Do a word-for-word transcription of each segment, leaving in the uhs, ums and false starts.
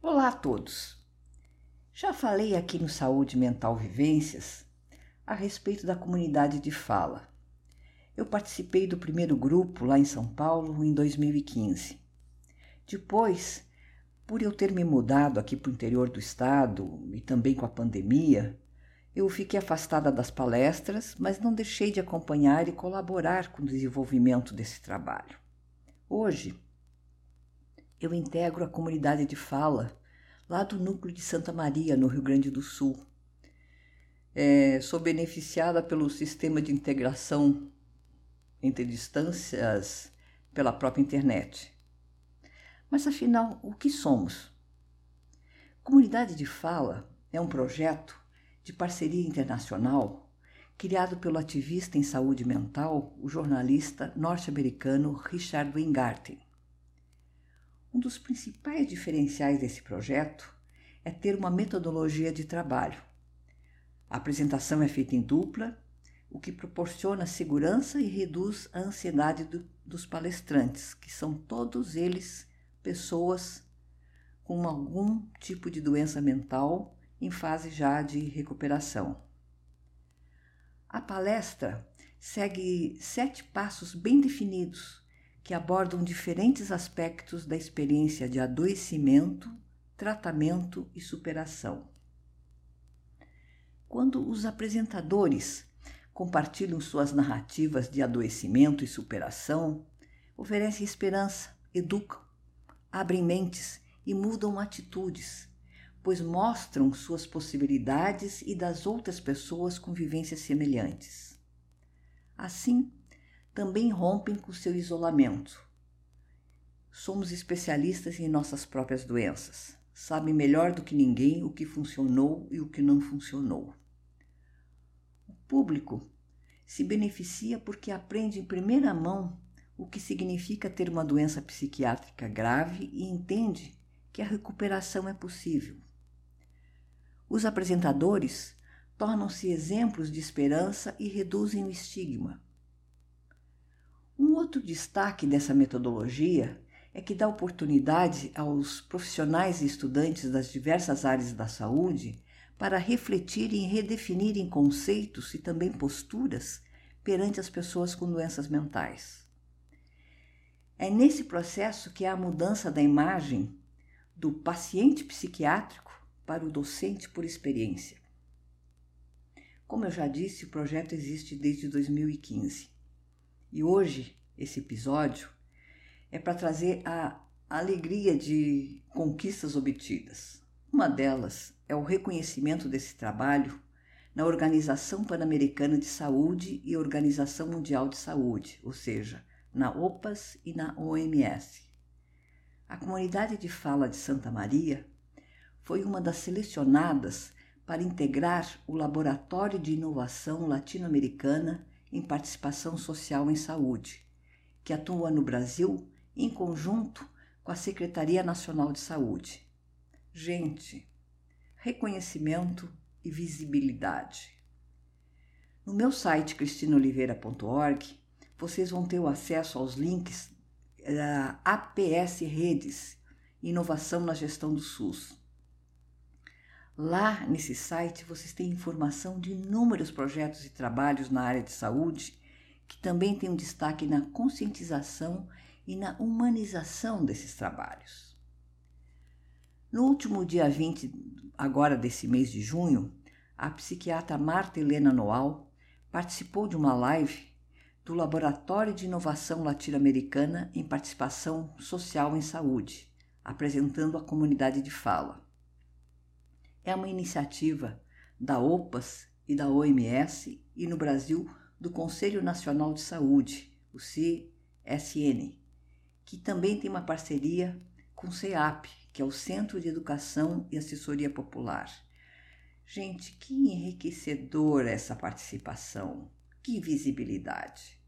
Olá a todos! Já falei aqui no Saúde Mental Vivências a respeito da comunidade de fala. Eu participei do primeiro grupo lá em São Paulo em dois mil e quinze. Depois, por eu ter me mudado aqui para o interior do estado e também com a pandemia, eu fiquei afastada das palestras, mas não deixei de acompanhar e colaborar com o desenvolvimento desse trabalho. Hoje, eu integro a comunidade de fala lá do núcleo de Santa Maria, no Rio Grande do Sul. É, sou beneficiada pelo sistema de integração entre distâncias pela própria internet. Mas afinal, o que somos? Comunidade de Fala é um projeto de parceria internacional criado pelo ativista em saúde mental, o jornalista norte-americano Richard Weingarten. Um dos principais diferenciais desse projeto é ter uma metodologia de trabalho. A apresentação é feita em dupla, o que proporciona segurança e reduz a ansiedade do, dos palestrantes, que são todos eles pessoas com algum tipo de doença mental em fase já de recuperação. A palestra segue sete passos bem definidos que abordam diferentes aspectos da experiência de adoecimento, tratamento e superação. Quando os apresentadores compartilham suas narrativas de adoecimento e superação, oferecem esperança, educam, abrem mentes e mudam atitudes, pois mostram suas possibilidades e das outras pessoas com vivências semelhantes. Assim, também rompem com seu isolamento. Somos especialistas em nossas próprias doenças. Sabem melhor do que ninguém o que funcionou e o que não funcionou. O público se beneficia porque aprende em primeira mão o que significa ter uma doença psiquiátrica grave e entende que a recuperação é possível. Os apresentadores tornam-se exemplos de esperança e reduzem o estigma. Um outro destaque dessa metodologia é que dá oportunidade aos profissionais e estudantes das diversas áreas da saúde para refletirem e redefinirem conceitos e também posturas perante as pessoas com doenças mentais. É nesse processo que há a mudança da imagem do paciente psiquiátrico para o docente por experiência. Como eu já disse, o projeto existe desde dois mil e quinze. E hoje, esse episódio é para trazer a alegria de conquistas obtidas. Uma delas é o reconhecimento desse trabalho na Organização Pan-Americana de Saúde e Organização Mundial de Saúde, ou seja, na O P A S e na O M S. A comunidade de fala de Santa Maria foi uma das selecionadas para integrar o Laboratório de Inovação Latino-Americana em Participação Social em Saúde, que atua no Brasil em conjunto com a Secretaria Nacional de Saúde. Gente, reconhecimento e visibilidade. No meu site cristina oliveira ponto org, vocês vão ter o acesso aos links da A P S Redes, Inovação na Gestão do SUS. Lá nesse site vocês têm informação de inúmeros projetos e trabalhos na área de saúde, que também tem um destaque na conscientização e na humanização desses trabalhos. No último dia vinte, agora desse mês de junho, a psiquiatra Marta Helena Noal participou de uma live do Laboratório de Inovação Latino-Americana em Participação Social em Saúde, apresentando a comunidade de fala. É uma iniciativa da O P A S e da O M S e no Brasil do Conselho Nacional de Saúde, o C S N, que também tem uma parceria com o C E A P, que é o Centro de Educação e Assessoria Popular. Gente, que enriquecedora essa participação, que visibilidade.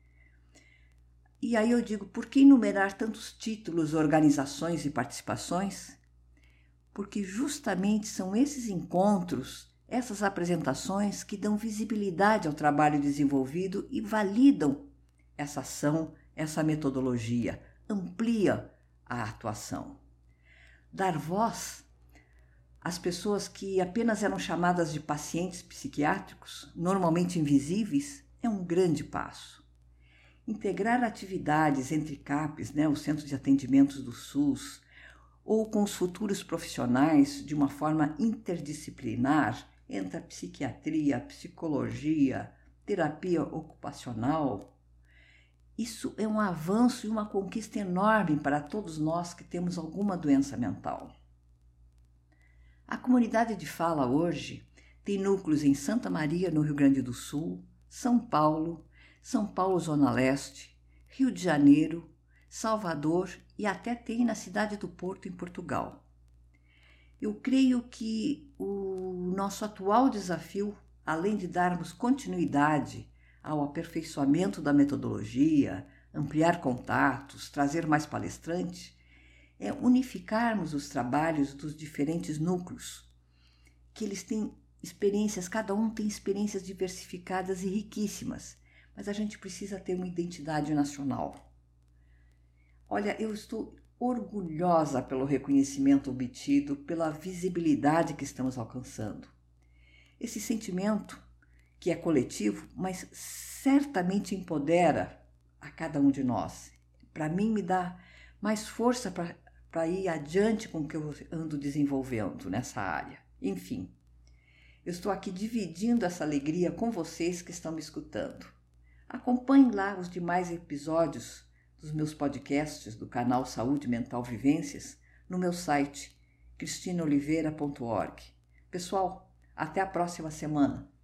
E aí eu digo, por que enumerar tantos títulos, organizações e participações? Porque justamente são esses encontros, essas apresentações que dão visibilidade ao trabalho desenvolvido e validam essa ação, essa metodologia, amplia a atuação. dar voz às pessoas que apenas eram chamadas de pacientes psiquiátricos, normalmente invisíveis, é um grande passo. Integrar atividades entre C A Ps, né, o Centro de Atendimentos do SUS, ou com os futuros profissionais de uma forma interdisciplinar entre a psiquiatria, a psicologia, terapia ocupacional, isso é um avanço e uma conquista enorme para todos nós que temos alguma doença mental. A comunidade de fala hoje tem núcleos em Santa Maria, no Rio Grande do Sul, São Paulo, São Paulo Zona Leste, Rio de Janeiro, Salvador e até tem na cidade do Porto, em Portugal. Eu creio que o nosso atual desafio, além de darmos continuidade ao aperfeiçoamento da metodologia, ampliar contatos, trazer mais palestrantes, é unificarmos os trabalhos dos diferentes núcleos, que eles têm experiências, cada um tem experiências diversificadas e riquíssimas, mas a gente precisa ter uma identidade nacional. Olha, eu estou orgulhosa pelo reconhecimento obtido, pela visibilidade que estamos alcançando. Esse sentimento, que é coletivo, mas certamente empodera a cada um de nós. Para mim, me dá mais força para ir adiante com o que eu ando desenvolvendo nessa área. Enfim, eu estou aqui dividindo essa alegria com vocês que estão me escutando. Acompanhem lá os demais episódios dos meus podcasts do canal Saúde Mental Vivências no meu site cristina oliveira ponto org. Pessoal, até a próxima semana.